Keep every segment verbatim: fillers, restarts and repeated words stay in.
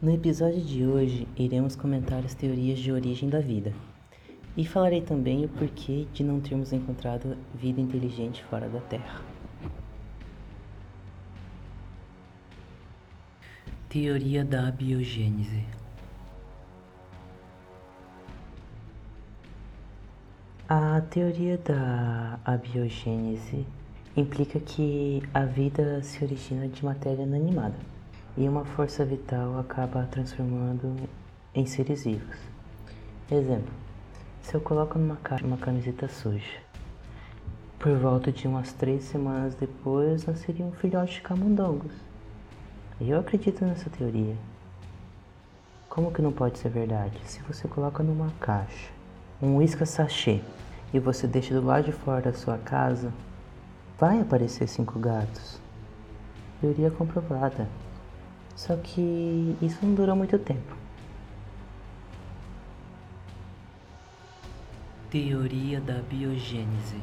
No episódio de hoje, iremos comentar as teorias de origem da vida. E falarei também o porquê de não termos encontrado vida inteligente fora da Terra. Teoria da abiogênese. A teoria da abiogênese implica que a vida se origina de matéria inanimada e uma força vital acaba transformando em seres vivos. Exemplo, se eu coloco numa caixa uma camiseta suja, por volta de umas três semanas depois nasceria um filhote de camundongos. Eu acredito nessa teoria. Como que não pode ser verdade? Se você coloca numa caixa um uísque sachê e você deixa do lado de fora da sua casa, vai aparecer cinco gatos. Teoria comprovada. Só que isso não durou muito tempo. Teoria da biogênese.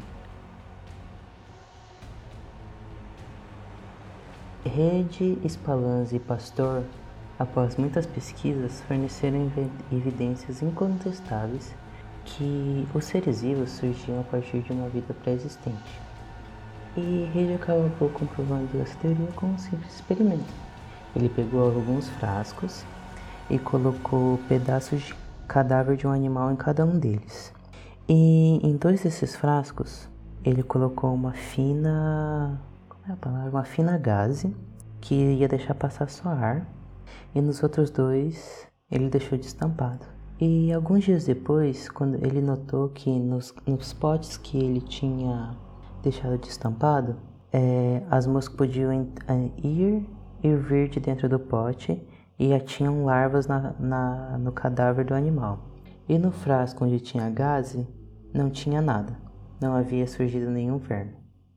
Rede, Spallanzani e Pasteur, após muitas pesquisas, forneceram evidências incontestáveis que os seres vivos surgiam a partir de uma vida pré-existente. E Rede acabou comprovando essa teoria com um simples experimento. Ele pegou alguns frascos e colocou pedaços de cadáver de um animal em cada um deles. E em dois desses frascos, ele colocou uma fina... como é a palavra? Uma fina gaze que ia deixar passar só ar. E nos outros dois, ele deixou destampado. E alguns dias depois, quando ele notou que nos, nos potes que ele tinha deixado destampado, é, as moscas podiam ir e vir de dentro do pote e tinham larvas na, na, no cadáver do animal. E no frasco onde tinha gaze, não tinha nada. Não havia surgido nenhum verme.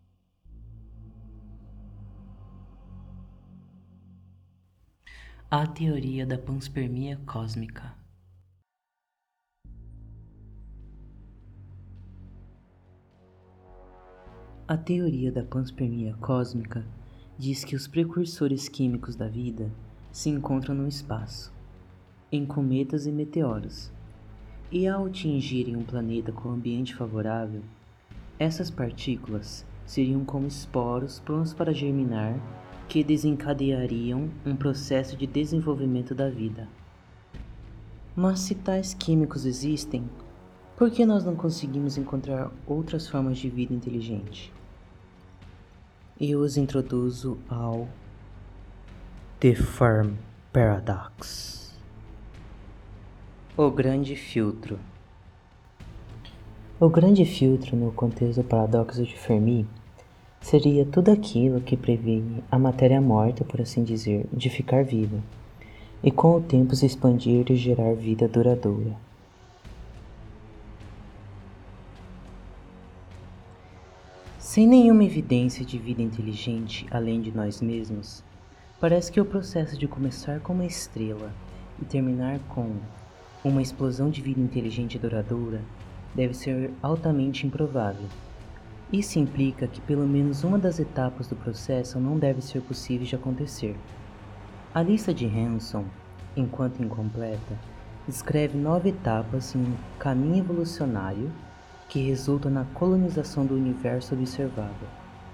A teoria da panspermia cósmica. A teoria da panspermia cósmica diz que os precursores químicos da vida se encontram no espaço, em cometas e meteoros, e ao atingirem um planeta com ambiente favorável, essas partículas seriam como esporos prontos para germinar que desencadeariam um processo de desenvolvimento da vida. Mas se tais químicos existem, por que nós não conseguimos encontrar outras formas de vida inteligente? E os introduzo ao The Fermi Paradox. O grande filtro. O grande filtro, no contexto do paradoxo de Fermi, seria tudo aquilo que previne a matéria morta, por assim dizer, de ficar viva, e com o tempo se expandir e gerar vida duradoura. Sem nenhuma evidência de vida inteligente além de nós mesmos, parece que o processo de começar com uma estrela e terminar com uma explosão de vida inteligente duradoura deve ser altamente improvável. Isso implica que pelo menos uma das etapas do processo não deve ser possível de acontecer. A lista de Hanson, enquanto incompleta, descreve nove etapas em um caminho evolucionário que resulta na colonização do universo observável.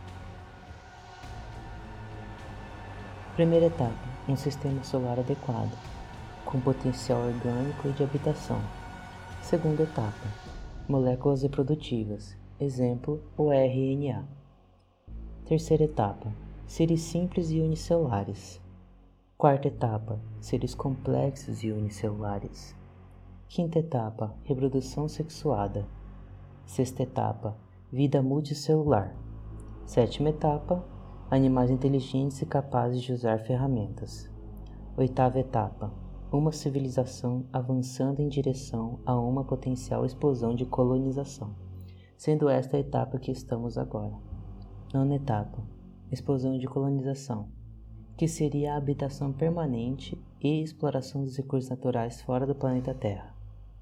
Primeira etapa, um sistema solar adequado, com potencial orgânico e de habitação. Segunda etapa, moléculas reprodutivas, exemplo, o R N A. Terceira etapa, seres simples e unicelulares. Quarta etapa, seres complexos e unicelulares. Quinta etapa, reprodução sexuada. Sexta etapa, vida multicelular. Sétima etapa, animais inteligentes e capazes de usar ferramentas. Oitava etapa, uma civilização avançando em direção a uma potencial explosão de colonização, sendo esta a etapa que estamos agora. Nona etapa, explosão de colonização, que seria a habitação permanente e exploração dos recursos naturais fora do planeta Terra.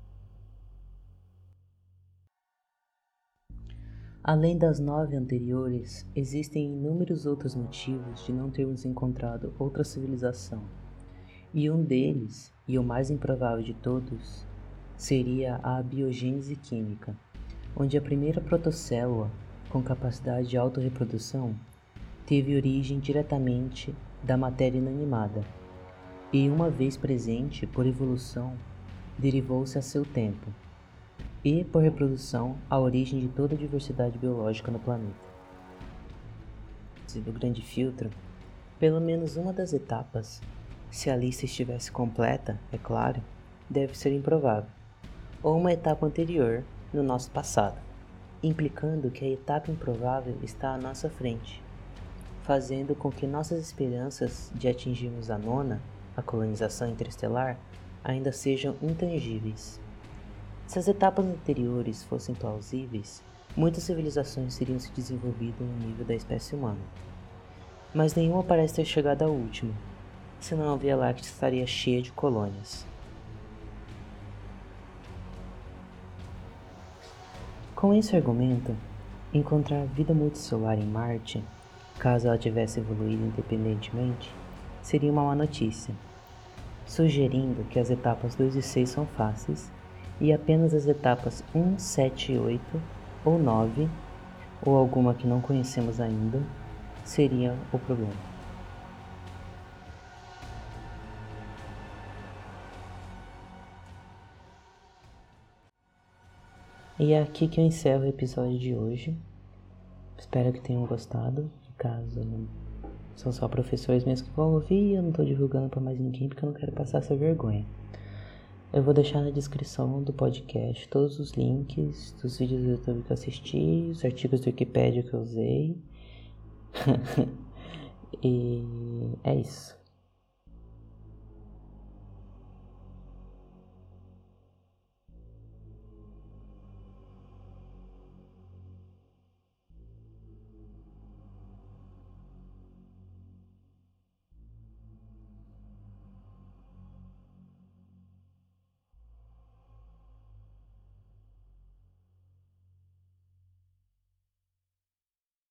Além das nove anteriores, existem inúmeros outros motivos de não termos encontrado outra civilização, E um deles, e o mais improvável de todos, seria a abiogênese química, onde a primeira protocélula com capacidade de autorreprodução teve origem diretamente da matéria inanimada, e uma vez presente por evolução, derivou-se a seu tempo, e por reprodução a origem de toda a diversidade biológica no planeta. Do grande filtro, pelo menos uma das etapas, se a lista estivesse completa, é claro, deve ser improvável, ou uma etapa anterior no nosso passado, implicando que a etapa improvável está à nossa frente, fazendo com que nossas esperanças de atingirmos a nona, a colonização interestelar, ainda sejam intangíveis. Se as etapas anteriores fossem plausíveis, muitas civilizações teriam se desenvolvido no nível da espécie humana. Mas nenhuma parece ter chegado à última, senão a Via Láctea estaria cheia de colônias. Com esse argumento, encontrar vida multicelular em Marte, caso ela tivesse evoluído independentemente, seria uma má notícia, sugerindo que as etapas dois e seis são fáceis e apenas as etapas um, sete e oito ou nove, ou alguma que não conhecemos ainda, seria o problema. E é aqui que eu encerro o episódio de hoje. Espero que tenham gostado. Caso não são só professores mesmo que vão ouvir, eu não estou divulgando para mais ninguém porque eu não quero passar essa vergonha. Eu vou deixar na descrição do podcast todos os links dos vídeos do YouTube que eu assisti, os artigos do Wikipedia que eu usei. E é isso.